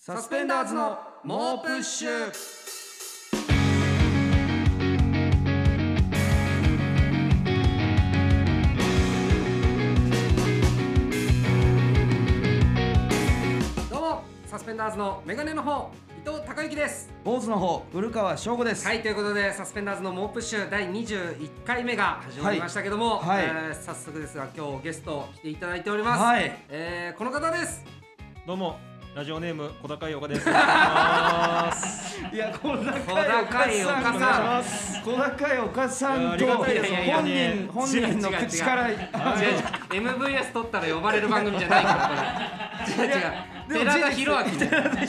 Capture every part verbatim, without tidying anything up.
サスペンダーズの猛プッシュ。どうもサスペンダーズのメガネの方伊藤孝之です。 坊主の方古川翔吾です。 はい、ということでサスペンダーズの猛プッシュだいにじゅういっかいめが始まりましたけども、 はいはいえー、早速ですが今日ゲスト来ていただいております、 はいえー、この方です。 どうもラジオネーム小高い岡です。いいや小高い岡さん小高い岡さんと本人本人の口から違う違うエムブイエス 取ったら呼ばれる番組じゃないからこれ違う違う寺田裕明違う違う違う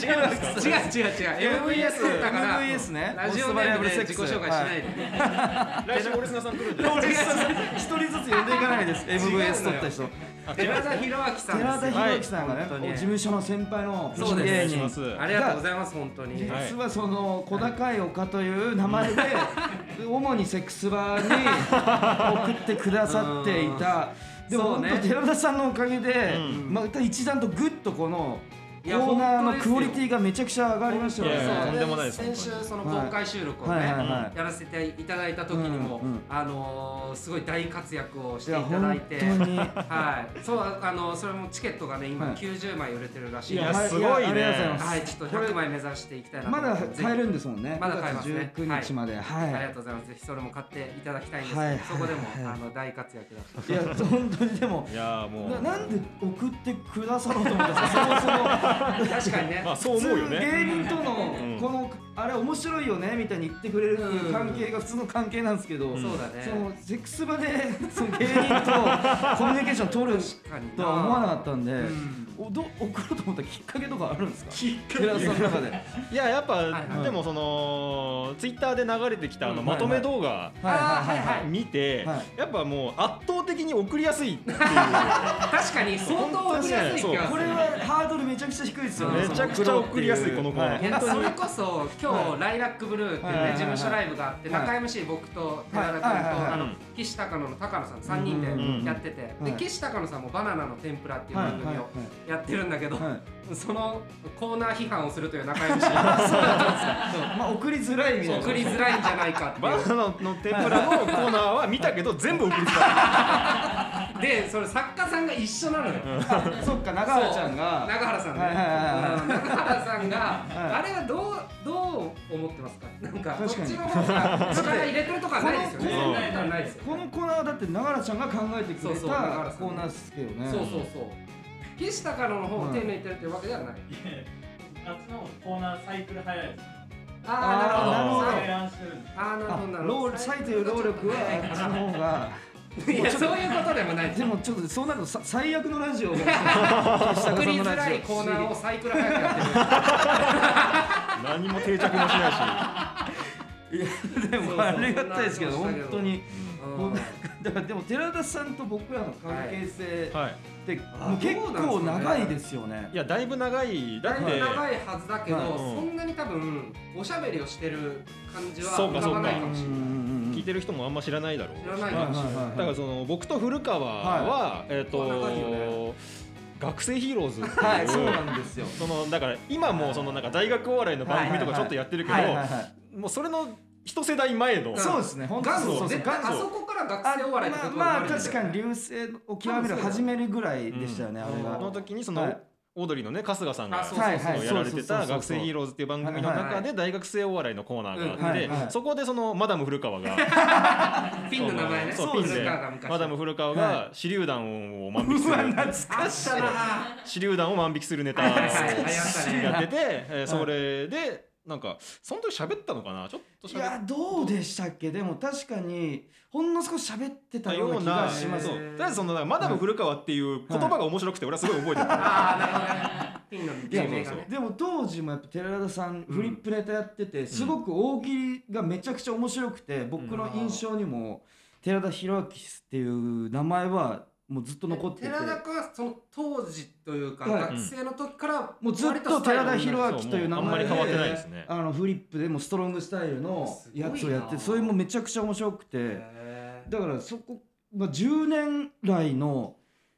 エムブイエス 取ったからエムブイエス ねラジオネームで自己紹介しないで来週オレスナさん来るんで。 一人ずつ呼んでいかないです。 エムブイエス 取った人寺田裕明さんですよ。 寺田裕明さんがね、 本当に事務所の先輩のそうです芸人ありがとうございます本当に。 実はその小高い岡という名前で主にセックスバーに送ってくださっていた。でも本当寺田さんのおかげでまた一段とグッとこのコーナーのクオリティがめちゃくちゃ上がりましたよね。 とんでもないです。 先週その公開収録をねやらせていただいた時にもあのすごい大活躍をしていただいて、はいそうあのそれもチケットがね今きゅうじゅうまい売れてるらしい。 いやすごいね。 はいちょっとひゃくまい目指していきたいなと。 まだ買えるんですもんね。 まだ買えますね。 じゅうくにちまで。はい。 ありがとうございます。ぜひそれも買っていただきたいんですけど、そこでもあの大活躍だった。 いや本当にでもいやもうなんで送ってくださろうと思ったんですか。そもそも確かにね。 まあそう思うよね。 芸人とのこのあれ面白いよねみたいに言ってくれる関係が普通の関係なんですけど、 そうだね。 そのセックス場でその芸人とコミュニケーション取るとは思わなかったんで、おど送ろうと思ったきっかけとかあるんですか。 きっかけ寺田さんの中で。 いややっぱでもそのツイッターで流れてきたあのまとめ動画見てやっぱもう圧倒的に送りやすいっていう。 確かに相当送りやすい気がする。 これはハードルめちゃくちゃ低いですよね。 めちゃくちゃ送りやすいこの子は。 いやそれこそ今日ライラックブルーっていうね事務所ライブがあって中 エムシー 僕と寺田君とあの岸高野の高野さんさんにんでやってて、で岸高野さんもバナナの天ぷらっていう番組をやってるんだけど、そのコーナー批判をするという中 エムシーまあ送りづらいみたいな。 送りづらいんじゃないかっていう。 バナナの天ぷらのコーナーは見たけど全部送りづらい。でそれ作家さんが一緒なのよ。 そっか永原ちゃんが永原さんね。永原さんがあれはどうどう思ってますか。なんかこっちの方が力入れてるとかないですよね。ないですよ。 このコーナーだって永原ちゃんが考えてくれたコーナーですけどね。 そうそうそう。岸高野の方を手抜いてるっていうわけではない。 あっちのコーナーサイクル早いです。 ああなるほど。 ああなるほどなるほど。 サイという労力はあっちの方が。 いやそういうことでもない。 でもちょっとそうなると最悪のラジオを送りづらいコーナーをサイクル早くやってる。 何も定着もしないし。 いやでもありがたいですけど本当に。だからでも寺田さんと僕らの関係性ってもう結構長いですよね。 いやだいぶ長い。だってだいぶ長いはずだけど、そんなに多分おしゃべりをしてる感じは浮かばないかもしれない。 聞いてる人もあんま知らないだろう。 知らないかもしれない。 だからその僕と古川はえっと学生ヒーローズっていう、 はい、そうなんですよ。 そのだから今もそのなんか大学お笑いの番組とかちょっとやってるけど、もうそれの一世代前の。 そうですね。 元祖であそこから学生お笑いってことまあ確かに流星を極める始めるぐらいでしたよね。あれが。 の時にそのオードリーのね春日さんがややられてた学生ヒーローズっていう番組の中で大学生お笑いのコーナーがあって、そこでそのマダム古川がピンの名前ね。 そうピンでマダム古川が手榴弾を万引きする懐かしい手榴弾を万引きするネタをやってて、それでなんかその時喋ったのかな。ちょっといやどうでしたっけ。でも確かにほんの少し喋ってたような気がします。 とりあえずそのマダム古川っていう言葉が面白くて俺はすごい覚えてる。 ああなるほどね。ピンの芸名がね。 でも当時もやっぱ寺田さんフリップネタやっててすごく大喜利がめちゃくちゃ面白くて、僕の印象にも寺田裕明っていう名前はもうずっと残ってて。 寺田君はその当時というか学生の時からもうずっと寺田裕明という名前であんまり変わってないですね。 あのフリップでもストロングスタイルのやつをやって、それもめちゃくちゃ面白くて、だからそこがじゅうねん来の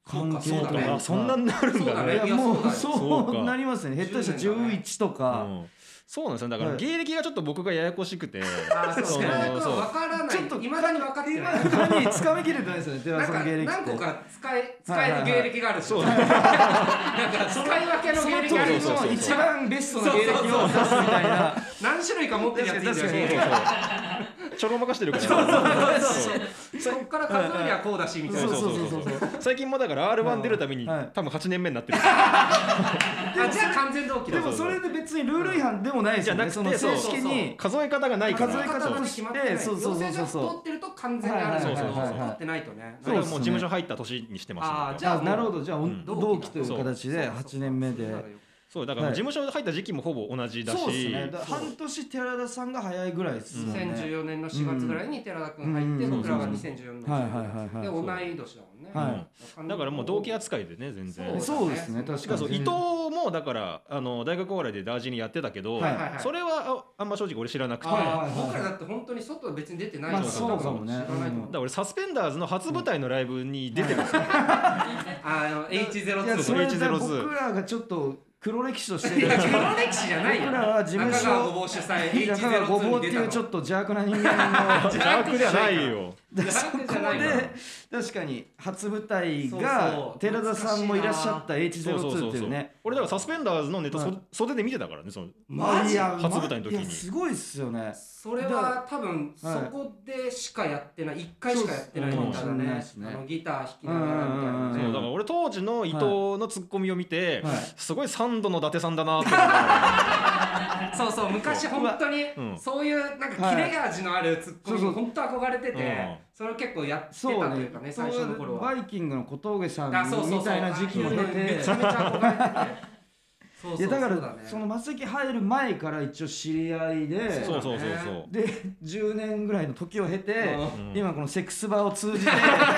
関係とか、 そんなになるんだね。 いやもうそうなりますね。下手したらじゅういちとか。 そうなんですよ。だから芸歴がちょっと僕がややこしくて、 あそうそう分からない。ちょっと未だに分かってない。 未だに掴みきれてないですよね。寺田さん芸歴って。 何個か使え使える芸歴があるし。なんか使い分けの芸歴あるし。 一番ベストな芸歴を出すみたいな。 何種類か持ってるやついいんだよ。 ちょろまかしてるから。 そこから数えりゃこうだしみたいな。 最近もだから アールワン 出るために多分はちねんめになってる。 あじゃあ完全同期だ。 でもそれで別にルール違反でもないですよね。その正式に数え方がないから。 数え方として、そうそうそうそう。 通ってると完全にあるんだけど、通ってないとね。 それはもう事務所入った年にしてます。 あじゃあなるほど。じゃあ同期という形ではちねんめで。 そうだから事務所入った時期もほぼ同じだし、そうですね。 半年寺田さんが早いぐらいですね。 にせんじゅうよねんのしがつぐらいに寺田君入って、僕らがにせんじゅうよねんのしがつで同い年だもんね。 だからもう同期扱いでね全然。 そうですね。確かに。 伊藤もだからあの大学お笑いでダージにやってたけど、それはあんま正直俺知らなくて。 僕らだって本当に外別に出てないから。 そうかもね。 だから俺サスペンダーズの初舞台のライブに出てるんですよ。 あの エイチゼロツー。 それ僕らがちょっっと黒歴史として黒歴史じゃないよ。 僕らは事務所中川ごぼう主催中川ごぼうっていうちょっと邪悪な人間の邪悪ではないよ。 そこで確かに初舞台が寺田さんもいらっしゃった エイチゼロツー っていうね。 俺だからサスペンダーズのネタ袖で見てたからね、その初舞台の時に。 すごいっすよね。 それは多分そこでしかやってない、いっかいしかやってないネタだね。あのギター弾きながらみたいな。 そうだから俺当時の伊藤のツッコミを見てすごいサンドの伊達さんだなって思う。そうそう昔本当にそういうなんか切れ味のあるツッコミに本当憧れてて、それを結構やってたというかね、最初の頃は。 バイキングの小峠さんみたいな時期も出てめちゃめちゃ憧れてて。 いやだからそのマセキ入る前から一応知り合いで、 そうそうそうそうでじゅうねんぐらいの時を経て今このセックスバーを通じて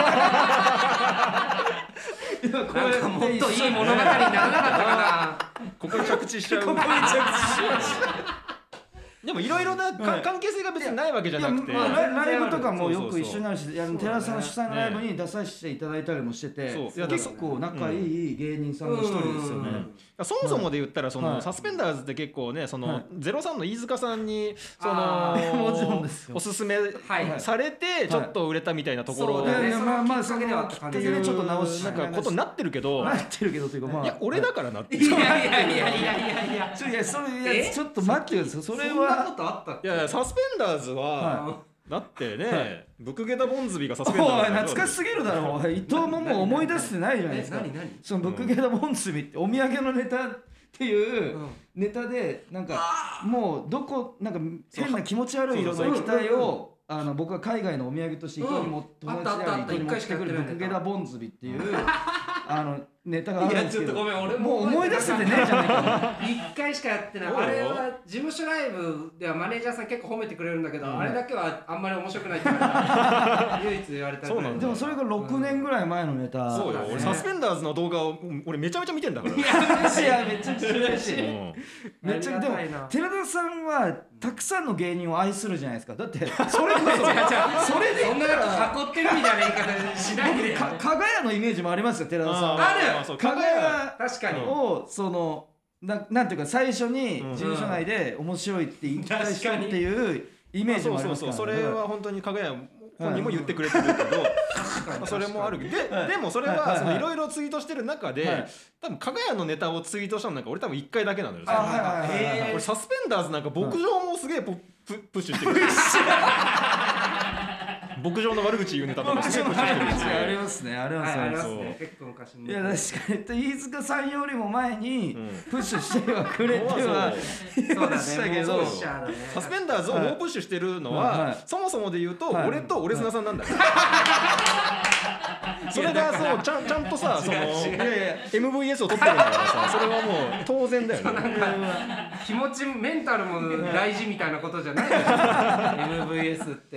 なんかもっといい物語にならなかったかな。ここに着地しちゃう。 ここに着地しまでもいろいろな関係性が別にないわけじゃなくて、 ライブとかもよく一緒になるし、寺田さんの主催のライブに出させていただいたりもしてて、結構仲いい芸人さんの一人ですよね。 そもそもで言ったらそのサスペンダーズって結構ね、そのゼロさんの飯塚さんにそのおすすめされてちょっと売れたみたいなところで、 まあまあそれはきっかけでちょっと直しなんかことになってるけど、 なってるけどというかまあいや俺だからなって。 いやいやいやいやいやいやちょいやそれちょっと待ってください。それはいやいやサスペンダーズはだってね、ブクゲダボンズビがサスペンダーズ。 おい懐かしすぎるだろ。伊藤ももう思い出してないじゃないですか。そのブクゲダボンズビってお土産のネタっていうネタでなんかもうどこなんか変な気持ち悪い色の液体をあの僕は海外のお土産として伊藤にも友達である伊藤に持ってくるブクゲダボンズビっていうあのネタがあるんですけど、もう思い出せてねえじゃないか。 一回しかやってない。あれは事務所ライブではマネージャーさん結構褒めてくれるんだけど、あれだけはあんまり面白くないって言われた。唯一言われた。 そうなんだ。 でもそれがろくねんぐらい前のネタ。 そうよ。俺サスペンダーズの動画を俺めちゃめちゃ見てんだから。 いや嬉しい。いやめちゃくちゃ嬉しい。めっちゃでも寺田さんはたくさんの芸人を愛するじゃないですか。だってそれこそそれでそんな囲ってるみたいな言い方しないで。 か加賀屋のイメージもありますよ寺田さん。 ある。 加賀屋確かにをそのななんていうか最初に事務所内で面白いって言った人っていうイメージもありますから。 そうそうそう。それは本当に加賀屋本人も言ってくれてるけど、それもあるけど、ででもそれはいろいろツイートしてる中で、多分加賀屋のネタをツイートしたのなんか俺多分いっかいだけなのよ。俺サスペンダーズなんか牧場もすげえププッシュしてくる。牧場の悪口言うネタとかすげえプッシュしてる。 ありますね、ありますね。結構昔に。 いや確かに飯塚さんよりも前にプッシュしてはくれてはいましたけど、 サスペンダーズを猛プッシュしてるのはそもそもで言うと俺と俺砂さんなんだよ。それがそうちゃんちゃんとさその エムブイエス を取ってるんだからさ、それはもう当然だよね。 気持ちメンタルも大事みたいなことじゃないよ。エムブイエス って。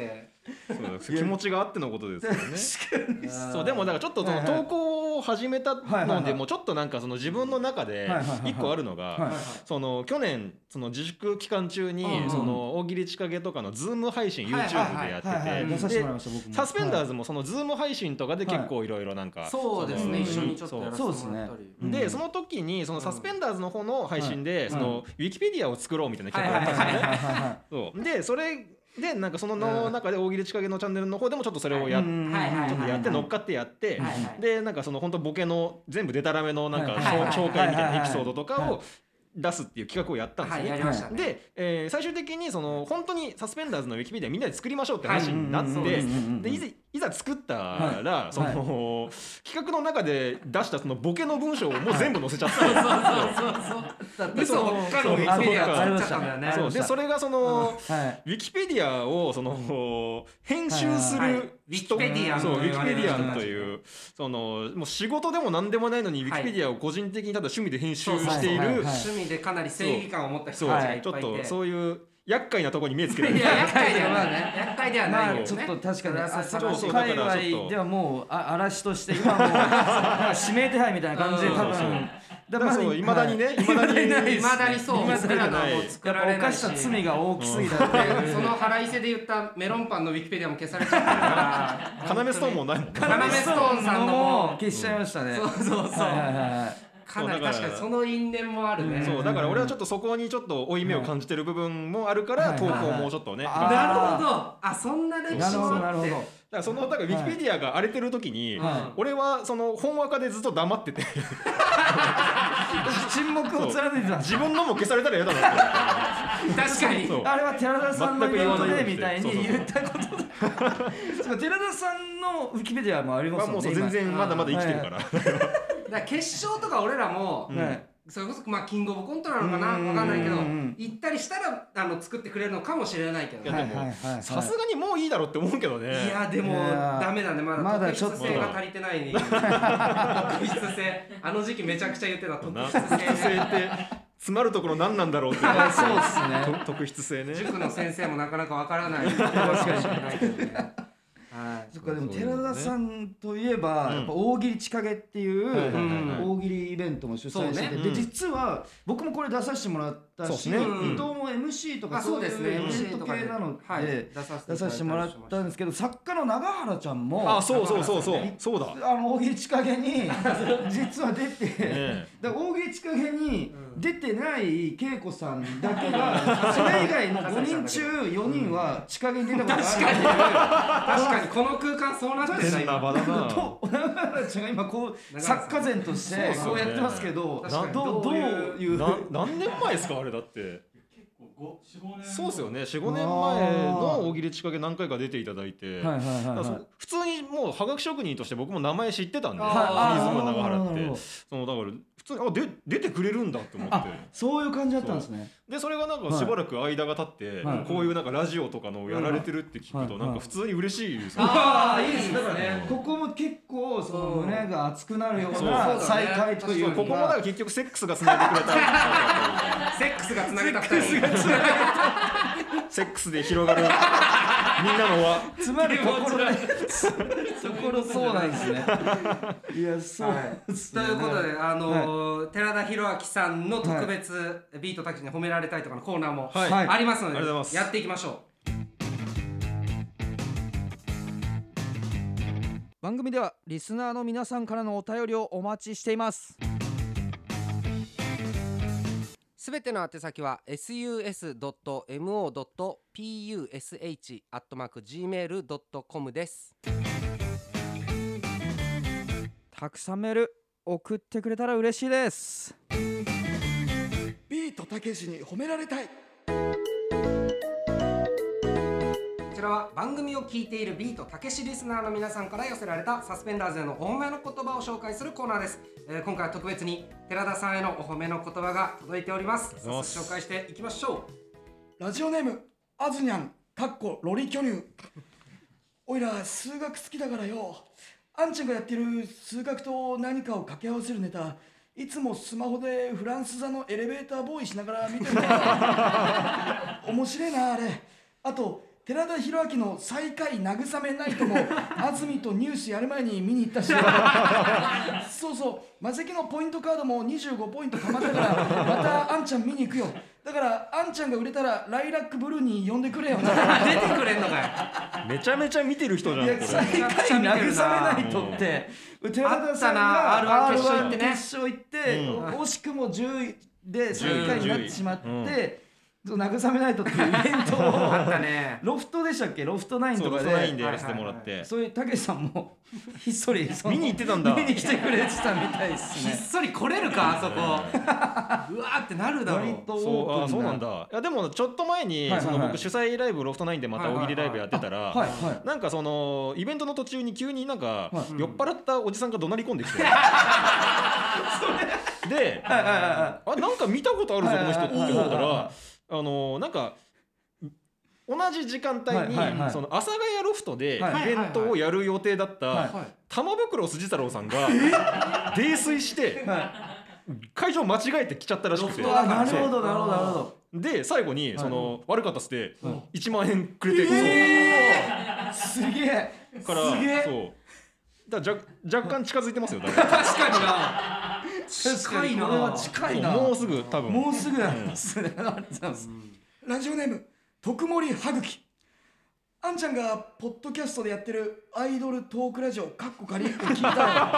そう気持ちがあってのことですよね。そうでもだからちょっとその投稿を始めたのでもちょっとなんかその自分の中で一個あるのがその去年その自粛期間中にその大喜利千景とかのズーム配信 YouTube でやっててでサスペンダーズもそのズーム配信とかで結構いろいろなんかそうですね一緒にちょっとやらせてもらったりでその時にそのサスペンダーズの方の配信でそのウィキペディアを作ろうみたいな企画があったんですよね。そうでそれでなんかそのの中で大喜利千景のチャンネルの方でもちょっとそれをやっちょっとやって乗っかってやってでなんかその本当ボケの全部デタラメのなんか紹介みたいなエピソードとかを出すっていう企画をやったんですよね。 はい、やりましたね。 で、えー、最終的にその本当にサスペンダーズのウィキペディアみんなで作りましょうって話になって、でいざいざ作ったら、はい、その、はい、企画の中で出したそのボケの文章をもう全部載せちゃったんですよ。 そうそうそうそう。嘘ばっかりのウィキペディア作っちゃったんだよね。 そうでそれがその、はい、ウィキペディアをその編集する人、はいはい、ウィキペディアンそうウィキペディアンというそのもう仕事でも何でもないのにウィキペディアを個人的にただ趣味で編集している趣味でかなり正義感を持った人たちがいっぱいいて、 ちょっとそういう厄介なところに目つけられていや厄介ではね厄介ではないよね、 まあ、ちょっと確かにあそこそう界隈ではもうあ嵐として今もう指名手配みたいな感じで多分だからそういまだにねいまだにいまだにそう僕らがもう作られないし犯した罪が大きすぎたっていうその腹いせで言ったメロンパンのウィキペディアも消されちゃってるからカナメストーンもないもんカナメストーンさんのも消しちゃいましたね。 そうそうそうかなり確かにその因縁もあるね。 そうだから俺はちょっとそこにちょっと負い目を感じてる部分もあるから投稿もちょっとね。 なるほど。あそんな歴史もあって。 だからそのだからウィキペディアが荒れてる時に俺はその本垢でずっと黙ってて沈黙を貫いてた。 自分のも消されたら嫌だなって。 確かに。 あれは寺田さんのイベントでみたいに言ったことだ。寺田さんのウィキペディアもありますもんね。 全然まだまだ生きてるから。 だから決勝とか俺らも、うん、それこそまあキングオブコントなのかな分かんないけど行ったりしたらあの作ってくれるのかもしれないけど、 いやでもさすがにもういいだろうって思うけどね。 いやでもダメだねまだ特筆性が足りてないね。特筆性あの時期めちゃくちゃ言ってた特筆性って詰まるところ何なんだろうってそうですね特筆性ね。 塾の先生もなかなか分からないかもしれないけどね。 そっかでも寺田さんといえばやっぱ大喜利千景っていう大喜利イベントも主催しててで実は僕もこれ出させてもらったし伊藤も エムシー とかそういうイベント系なので出させてもらったんですけど作家の永原ちゃんもあそうそうそうそうそうだあの大喜利千景に実は出て大喜利千景に出てない恵子さんだけがそれ以外のごにん中よにんは千景に出たことあるっていう確かにこの空間そうなってるんだ場だなと永原ちゃんが今こう作家前としてそうやってますけどどうどういう何年前ですかあれだってそうですよね よん,ご 年前の大喜利千景何回か出ていただいて普通にもうはがき職人として僕も名前知ってたんで飯塚永原ってそのだから普通にあで出てくれるんだって思ってそういう感じだったんですね。 でそれがなんかしばらく間が経ってこういうなんかラジオとかのをやられてるって聞くとなんか普通に嬉しいですよね。 ああいいですね。だからねここも結構その胸が熱くなるような再会というかここもだから結局セックスがつないでくれたセックスがつなげたふたりセックスで広がるみんなのはつまり心心そうなんですね。いやそう、はい、 ということであのーはい、寺田裕明さんの特別、はい、ビートたけしに褒められたいとかのコーナーもありますので、はい、やっていきましょう。 番組ではリスナーの皆さんからのお便りをお待ちしています。 すべての宛先は エスユーエスドットエムオードットピーユーエスエイチ アットマーク ジーメールドットコム です。 たくさんメール送ってくれたら嬉しいです。 ビートたけしに褒められたい。 こちらは番組を聞いているビートたけしリスナーの皆さんから寄せられたサスペンダーズへのお褒めの言葉を紹介するコーナーです。えー、今回は特別に寺田さんへのお褒めの言葉が届いております。早速紹介していきましょう。ラジオネームあずにゃんかっこロリ巨乳。おいら数学好きだからよ、あんちゃんがやってる数学と何かを掛け合わせるネタいつもスマホでフランス座のエレベーターボーイしながら見てるから面白いなあれ。あと寺田裕明の最下位慰めナイトも安住とニュースやる前に見に行ったしそうそうマセキのポイントカードもにじゅうごポイント貯まったからまたあんちゃん見に行くよ。だからあんちゃんが売れたらライラックブルーに呼んでくれよな出てくれんのかよ。 めちゃめちゃ見てる人じゃんこれ。 いや最下位慰めないとって寺田さんがアールワン 決勝行ってね決勝行って、うん、惜しくもじゅういで最下位になってしまって、うん、慰めないとっていうイベントをあったね。 ロフトでしたっけ、ロフトナインとかで、 そうロフトナインでやらせてもらって、はいはいはい、 そういうたけしさんもひっそり見に行ってたんだ。 見に来てくれてたみたいですね。 ひっそり来れるかあそこうわーってなるだろう。 そうあそうなんだ。いやでもちょっと前に、はいはいはい、その僕主催ライブロフトナインでまた大喜利ライブやってたら、はいはいはい、なんかそのイベントの途中に急になんか、はい、酔っ払ったおじさんが怒鳴り込んできて、で、はいはいはい、あなんか見たことあるぞこの人って思ったら、あのなんか同じ時間帯に、はいはいはい、その阿佐ヶ谷ロフトでイベントをやる予定だった玉袋筋太郎さんが泥酔して会場間違えて来ちゃったらしくて、 なるほどなるほどなるほど。 で最後にその、はい、悪かったっつっていちまんえんくれて、 えー、すげえからすげえそうだから若干近づいてますよ。 確かにな近いな。 これは近いな。 もうすぐ多分もうすぐなんですね。 ラジオネーム徳森はぐき。あんちゃんがポッドキャストでやってるアイドルトークラジオカッコ仮って聞いたい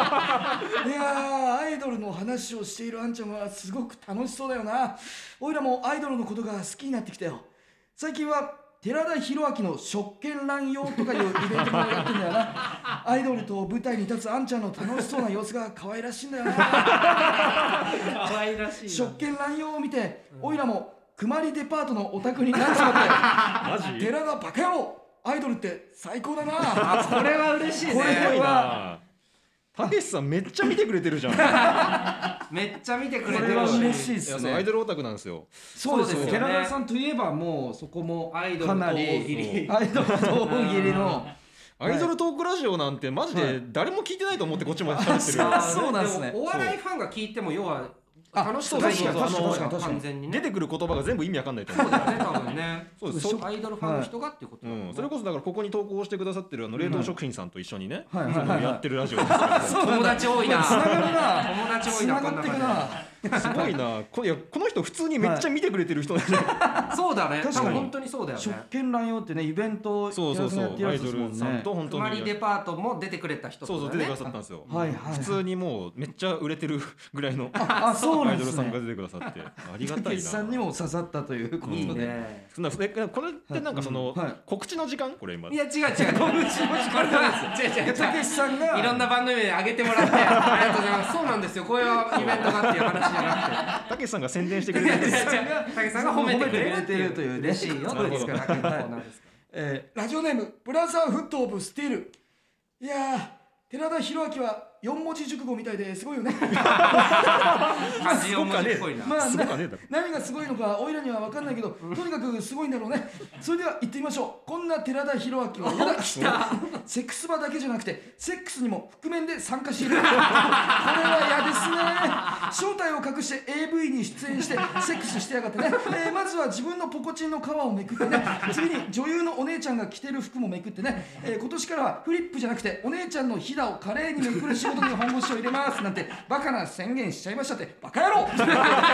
やーアイドルの話をしているあんちゃんはすごく楽しそうだよな。おいらもアイドルのことが好きになってきたよ。最近は寺田裕明の職権乱用とかいうイベントもやってんだよな。アイドルと舞台に立つあんちゃんの楽しそうな様子が可愛らしいんだよな。 可愛らしい。 職権乱用を見て、うん、おいらもくまりデパートのオタクになっちまってマジ寺田バカ野郎アイドルって最高だな。 これは嬉しいね。 これはたけしさんめっちゃ見てくれてるじゃん。 めっちゃ見てくれてるし、 これは嬉しいっすね。 アイドルオタクなんですよ。 そうですよね。寺田さんといえばもうそこもアイドルと大喜利、アイドルと大喜利のアイドルトークラジオなんてマジで誰も聞いてないと思ってこっちまで喋ってる。 あそうなんですね。 お笑いファンが聞いても要は楽しそうだし、 完全にね出てくる言葉が全部意味わかんないと思う。 そうだよね多分ね。 そうです。 アイドルファンの人がっていうことだよね。 それこそだからここに投稿してくださってるあの冷凍食品さんと一緒にねやってるラジオ。 友達多いな。 つながるな。 友達多いな。 つながってくな。 すごいな。こいやこの人普通にめっちゃ見てくれてる人だね。 そうだね。 確かに本当にそうだよね。 職権乱用ってねイベントそうそうそうアイドルさんと本当にくまりデパートも出てくれた人そうそう出てくださったんですよ。 はいはい。 普通にもうめっちゃ売れてるぐらいのアイドルさんが出てくださってありがたいな。 たけしさんにも刺さったということで。いいね。 そんなこれってなんかその告知の時間これ今。 いや違う違う。告知の時間です。違う違う。 たけしさんがいろんな番組で上げてもらってありがとうございます。そうなんですよ。こういうイベントがっていう話じゃなくて。 たけしさんが宣伝してくれてる。 たけしさんが褒めてくれてるという嬉しいよ。そうですか。 えー、ラジオネームブラザーフットオブスティール。いやー寺田裕明はよん文字熟語みたいですごいよね。 漢字よん文字っぽいな。 まあ何がすごいのかおいらには分かんないけどとにかくすごいんだろうね。それでは行ってみましょう。こんな寺田裕明はやだ来たセックス場だけじゃなくてセックスにも覆面で参加している。これは嫌ですね。正体を隠して エーブイ に出演してセックスしてやがってね、えー、まずは自分のポコチンの皮をめくってね、次に女優のお姉ちゃんが着てる服もめくってね、えー、今年からはフリップじゃなくてお姉ちゃんのひだを華麗にめくる仕事に本腰を入れますなんてバカな宣言しちゃいましたってバカ野郎。ま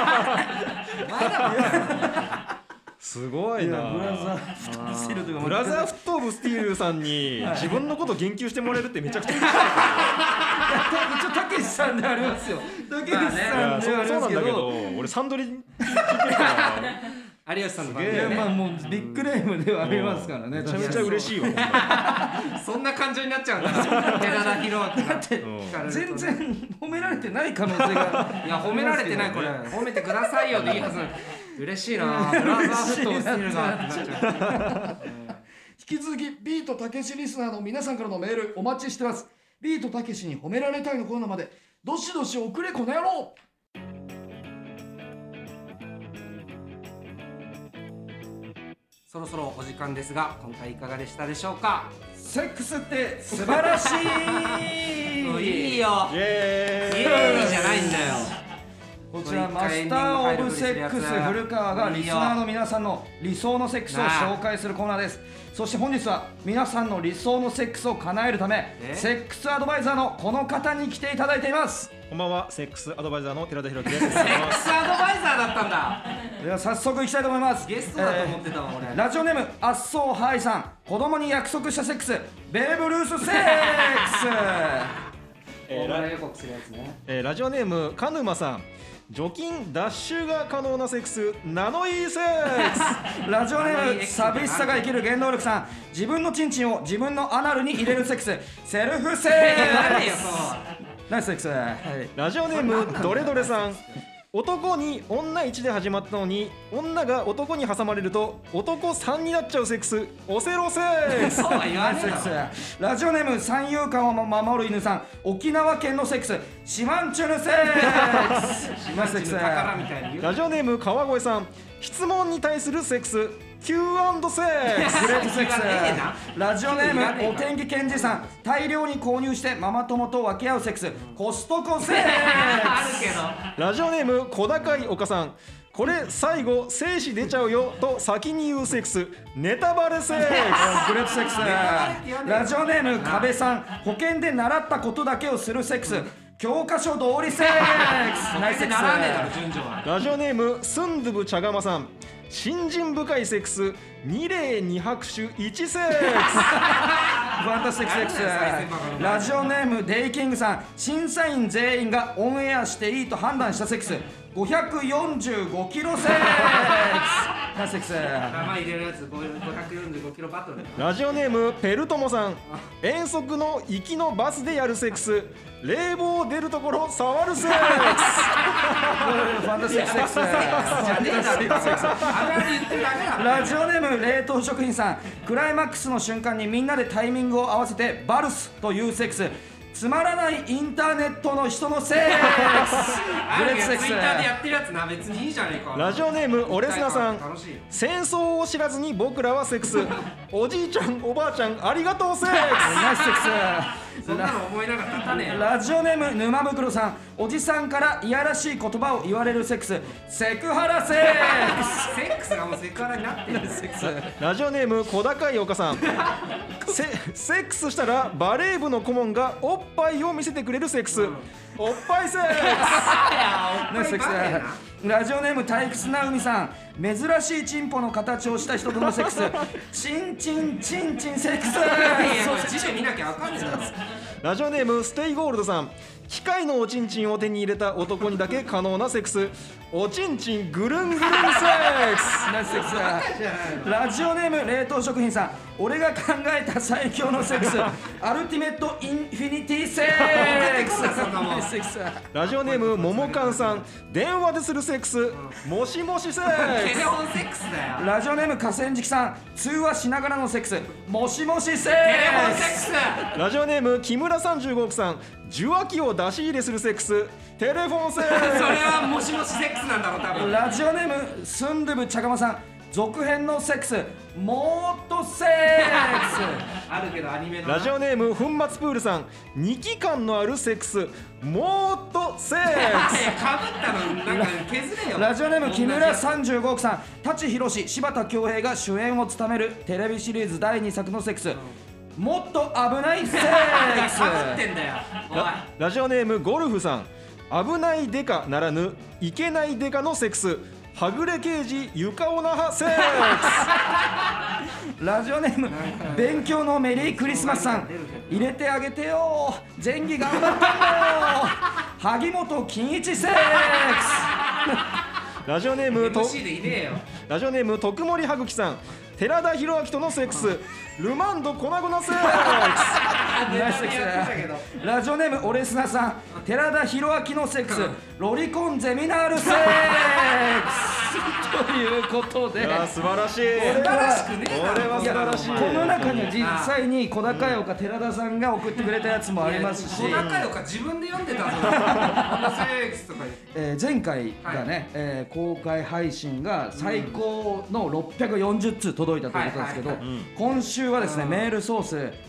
だすごいな。 ブラザーフットオブスティールというかブラザーフットオブスティールさんに自分のこと言及してもらえるってめちゃくちゃ嬉しい。 一応たけしさんでありますよ。たけしさんでありますけど、 そうなんだけど俺サンドリ聞いてるから有吉さんの番組ね。まあもうビッグネームではありますからね。 めちゃめちゃ嬉しいわ。 そんな感情になっちゃうんだな。寺田裕明だって全然褒められてない可能性が。 いや褒められてないこれ。褒めてくださいよでいいはず。嬉しいな。ブラザーフットオブスティールがってなっちゃう。 引き続きビートたけしリスナーの皆さんからのメールお待ちしてます。ビートたけしに褒められたいのコーナーまでどしどし送れこの野郎。 そろそろお時間ですが今回いかがでしたでしょうか。 セックスって素晴らしい。 いいよ。イエーイじゃないんだよ。 こちらマスターオブセックス古川がリスナーの皆さんの理想のセックスを紹介するコーナーです。そして本日は皆さんの理想のセックスを叶えるためセックスアドバイザーのこの方に来ていただいています。 こんばんは、セックスアドバイザーの寺田裕樹です。 セックスアドバイザーだったんだ。 では早速いきたいと思います。 ゲストだと思ってたわ、えー、俺。 ラジオネームあっそうはいさん、子供に約束したセックスベーブ・ルースセックスえー、ラ, 予告するやつね、 えー、ラジオネームカヌマさん、除菌脱臭が可能なセックスナノイーセックスラジオネーム寂しさが生きる原動力さん、自分のチンチンを自分のアナルに入れるセックスセルフセックスナイスセックス、はい、 ラジオネームドレドレさん、男に女いちで始まったのに女が男に挟まれると男さんになっちゃうセックスオセロセックス。 そうは言わねえだろ。 ラジオネーム三遊間を守る犬さん、沖縄県のセックスシマンチュヌセックスシマンチュヌ宝みたいに言う。 ラジオネーム川越さん、質問に対するセックスキューアンドセックスグレートセックス。ラジオネームお天気ケンジさん、大量に購入してママ友と分け合うセックスコストコセックスあるけど。 ラジオネーム小高い岡さん、これ最後精子出ちゃうよと先に言うセックスネタバレセックスグレートセックス。ラジオネーム壁さん、保険で習ったことだけをするセックス教科書通りセックスナイスセックス。 ラジオネームスンドゥブ茶釜さん、信心深いセックスに礼に拍手いちセックスファンタスティックセックス。ラジオネームデイキングさん、審査員全員がオンエアしていいと判断したセックスごひゃくよんじゅうごキロセックスナイスセックス。 生入れるやつごひゃくよんじゅうごキロバトル。 ラジオネームペルトモさん、遠足の行きのバスでやるセックス冷房出るところ触るセックスファンタスティックセックス。ラジオネーム冷凍食品さん、クライマックスの瞬間にみんなでタイミングを合わせてバルスというセックスつまらないインターネットの人のセックスグレートセックス。ツイッターでやってるやつな、別にいいじゃねえか。 ラジオネームオレスナさん、戦争を知らずに僕らはセックスおじいちゃんおばあちゃんありがとうセックスナイスセックス。 そんなの思いながら立たねえよ。 ラジオネーム沼袋さん、おじさんからいやらしい言葉を言われるセックスセクハラセックスセックスがもうセクハラになってるセックス。 ラジオネーム小高い岡さん、セ, セックスしたらバレー部の顧問がおっぱいを見せてくれるセックス、うん、おっぱいセックスナイスセックス。ラジオネーム退屈な海さん、珍しいチンポの形をした人とのセックスチンチンチンチンセックス。 辞書見なきゃわかんない。 ラジオネームステイゴールドさん、機械のおちんちんを手に入れた男にだけ可能なセックスおちんちんぐるんぐるんセックスナイスセックス。ラジオネーム冷凍食品さん、俺が考えた最強のセックスアルティメットインフィニティセックスナイスセックス。 ラジオネームももかんさん、電話でするセックスもしもしセックステレフォンセックスだよ。 ラジオネーム河川敷さん、通話しながらのセックスもしもしセックステレフォンセックス。 ラジオネーム木村さんじゅうごおくさん、受話器を出し入れするセックステレフォンセックスそれはもしもしセックスなんだろう多分。 ラジオネームスンドゥブ茶釜さん、続編のセックスもっとセックスあるけどアニメの。 ラジオネーム粉末プールさん、にきかんのあるセックスもっとセックスかぶったのなんか削れよ。 ラジオネーム木村さんじゅうごおくさん、舘ひろし柴田恭平が主演を務めるテレビシリーズだいにさくのセックス、うん、もっと危ないセックスかぶってんだよおい。 ラ, ラジオネームゴルフさん、危ないデカならぬいけないデカのセックスはぐれ刑事床オナハセックスラジオネーム勉強のメリークリスマスさん、入れてあげてよ前儀頑張ったんだよ萩本欽一セックスラジオネームとエムシー でいねえよ。 ラジオネーム徳森はぐきさん、寺田裕明とのセックスルマンド粉々セックスナイスセックス。ラジオネームオレスナさん、寺田裕明のセックスロリコンゼミナールセックスということで、 いや素晴らしい。 素晴らしくねえな。 これは素晴らしい。 この中には実際に小高い岡寺田さんが送ってくれたやつもありますし、 小高い岡自分で読んでたぞこのセックスとか。 えー、前回がね、はい、えー、公開配信が最高のろっぴゃくよんじゅっつう届いたということですけど、今週はですね、メールソース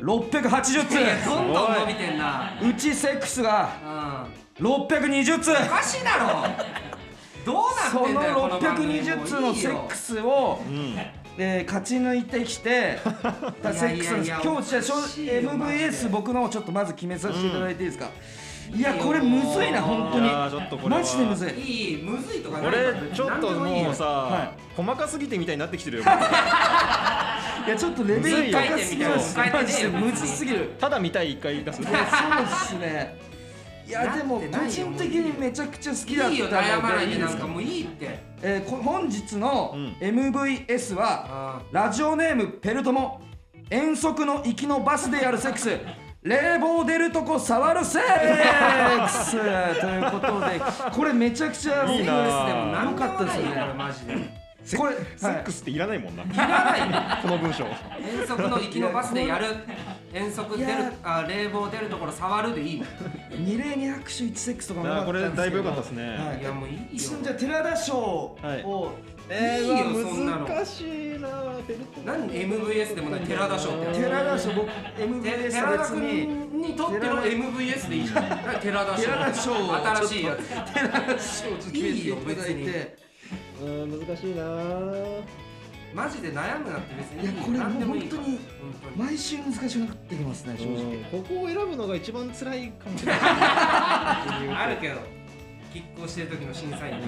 ろっぴゃくはちじゅっついやどんどん伸びてんな。 うちセックスがうんろっぴゃくにじゅっつおかしいだろ。どうなそってんだよのろっぴゃくにじゅっつのセックスをうんえー勝ち抜いてきてたセックスなんです。 いやいやいや今日じゃあしょおかしいよエムブイエスマジで僕のをちょっとまず決めさせていただいていいですか。いやいいよこれむずいな本当にいやーちょっとこれはマジでむずい。 いいむずいとかないこれからちょっともうさ、 は細かすぎてみたいになってきてるよいやちょっとレベル高すぎます。 書いてみたいマジでむずすぎる。 ただ見たい一回出すいやそうですね。いやでもなってないよ個人的にめちゃくちゃ好きだったのいいよ悩まないでいいですか。 でなんかもういいって。 えーこ本日のうんエムブイエス はあラジオネームペルトモ遠足の行きのバスでやるセックス冷房出るとこ触るセックスということでこれめちゃくちゃいいなーでも何良かったですよねこれマジで。 これセックスっていらないもんな、 いらないよ。 この文章遠足の行きのバスでやる。遠足出るいやあ冷房出るところ触るでいいの。 二例二拍手一セックスとかも良かったこれんですけどだいぶ良かったですね、 はいいやもういいよ。 じゃあ寺田賞を、 はいえーいいよそんなの難しいなペルト何 エムブイエス でもない寺田賞ってやつ。 寺田賞僕 エムブイエス は寺田別に君にとっての エムブイエス でいいじゃん。何寺田賞。 寺田賞を新しいやつ。 寺田賞をちょっと決めていただいいいよてうん難しいなマジで悩むなって別にいやこれ何でもいいからもう本当に本当に毎週難しくなってきますね正直。 ここを選ぶのが一番辛いかもしれないあるけど拮抗してる時の審査員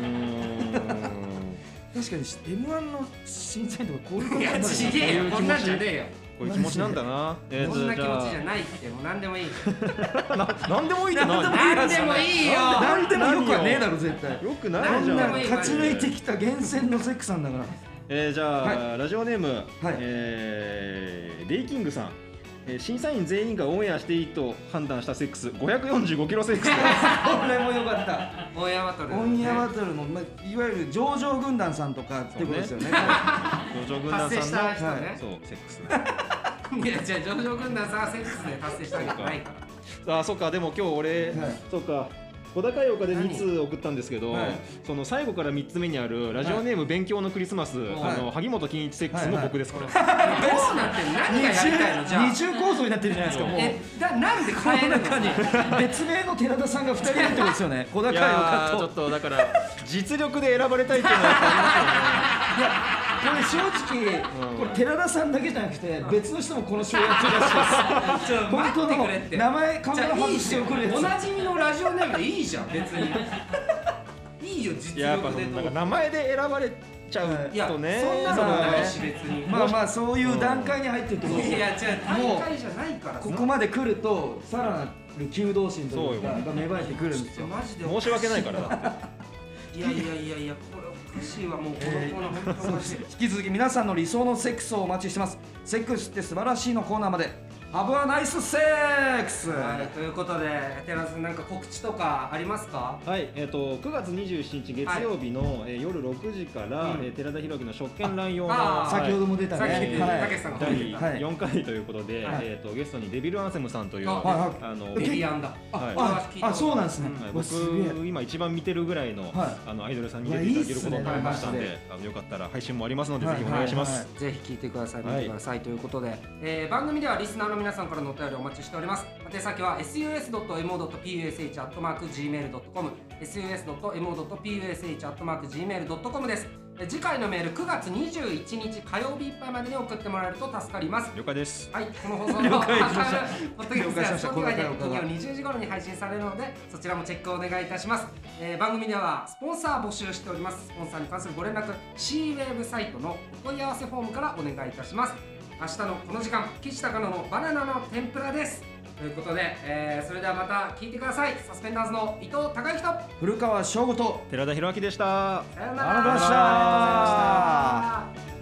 確かに エムワン の審査員とかこういうこといやちげえよこんなんじゃねえよこういう気持ちなんだなえーこんな気持ちじゃじゃないってもう何でもいいあななんでもいいって何何でもいいよ何でもよくはねえだろ絶対。 よくないこんなじゃん勝ち抜いてきた厳選のセックさんだから。 えー、じゃあ、 はラジオネーム、 はいえーレイキングさん、えー審査員全員がオンエアしていいと判断したセックスごひゃくよんじゅうごキロセックスこれもよかった。 オンエアバトルオンエアバトルの、まあ、いわゆる上場軍団さんとかってことですよね。 上場軍団達成しさんのた人ねそうセックスいやじゃあ上場軍団さんはセックスで達成したわけじゃないからあそっかでも今日俺、 はいそっか小高い丘でみっつ送ったんですけど、 はいその最後からみっつめにあるラジオネーム勉強のクリスマス、あの萩本欽一セックスも僕です、これどうなってんの何がやりたいのじゃあ二重構造になってるじゃないですか。もうえだなんでこ変えるのの中に別名の寺田さんがふたりいるってことですよね。小高いいやーちょ丘と。 っとだから実力で選ばれたいっていうのはやっぱありますよねこれ正直、 うんこれ寺田さんだけじゃなくて別の人もこの賞やってるらしいです。本当待ってのくれって名前カメじゃラ外あいいじゃんしてくるやつ。 おなじみのラジオネームでいいじゃん別にいいよ実いややっぱ力でどうなんか名前で選ばれちゃういやとねそんなのもないし別にまあまあそういう段階に入ってるってことですよ。 いや違う大会じゃないからさここまで来るとさらなる求道心というかそうよが芽生えてくるんですよ。 マジで申し訳ないからだっていやいやいやいやこれおかしいわもうこのコーナー本当おかしい引き続き皆さんの理想のセックスをお待ちしてます。セックスって素晴らしいのコーナーまで。ハブはナイスセックス。 はいということで寺田さんなんか告知とかありますかはい、えっ、とくがつにじゅうしちにち月曜日の、えー夜ろくじから、 うんえー寺田裕樹の食券乱用のああ先ほども出たさっきね。 たはいけしさんが第褒めてたはいよんかいということで、 はいえー、とゲストにデビル・アンセムさんというあはいはいあのエビアンだはいああそうなんですね。 はいうわすげえ。 僕今一番見てるぐらいの,、 はいあのアイドルさんに出ていただけることになりましたんで、 いやいいっあのよかったら配信もありますので、 はいぜひお願いします。 はいはいぜひ聞いてください、見はいてくださいということで、えー番組ではリスナーの皆さんからのお便りをお待ちしております。宛先は エスユーエスドットエムオードットピーユーエスエイチアットマークジーメールドットコム エスユーエスドットエムオードットピーユーエスエイチアットマークジーメールドットコム です。えー次回のメールくがつにじゅういちにち火曜日いっぱいまでに送ってもらえると助かります。 了解です。 はい、この放送の了解しましたポッドキャストや了解しました Spotify でこの金曜にじゅうじ頃に配信されるのでそちらもチェックをお願いいたします、えー番組ではスポンサー募集しております。スポンサーに関するご連絡 シーウェーブ サイトのお問い合わせフォームからお願いいたします。明日のこの時間岸高野のバナナの天ぷらですということで、えーそれではまた聞いてください。サスペンダーズの伊藤孝之と古川翔吾と寺田裕明でした。 さようなら。 ありがとうございましたありがとうございました。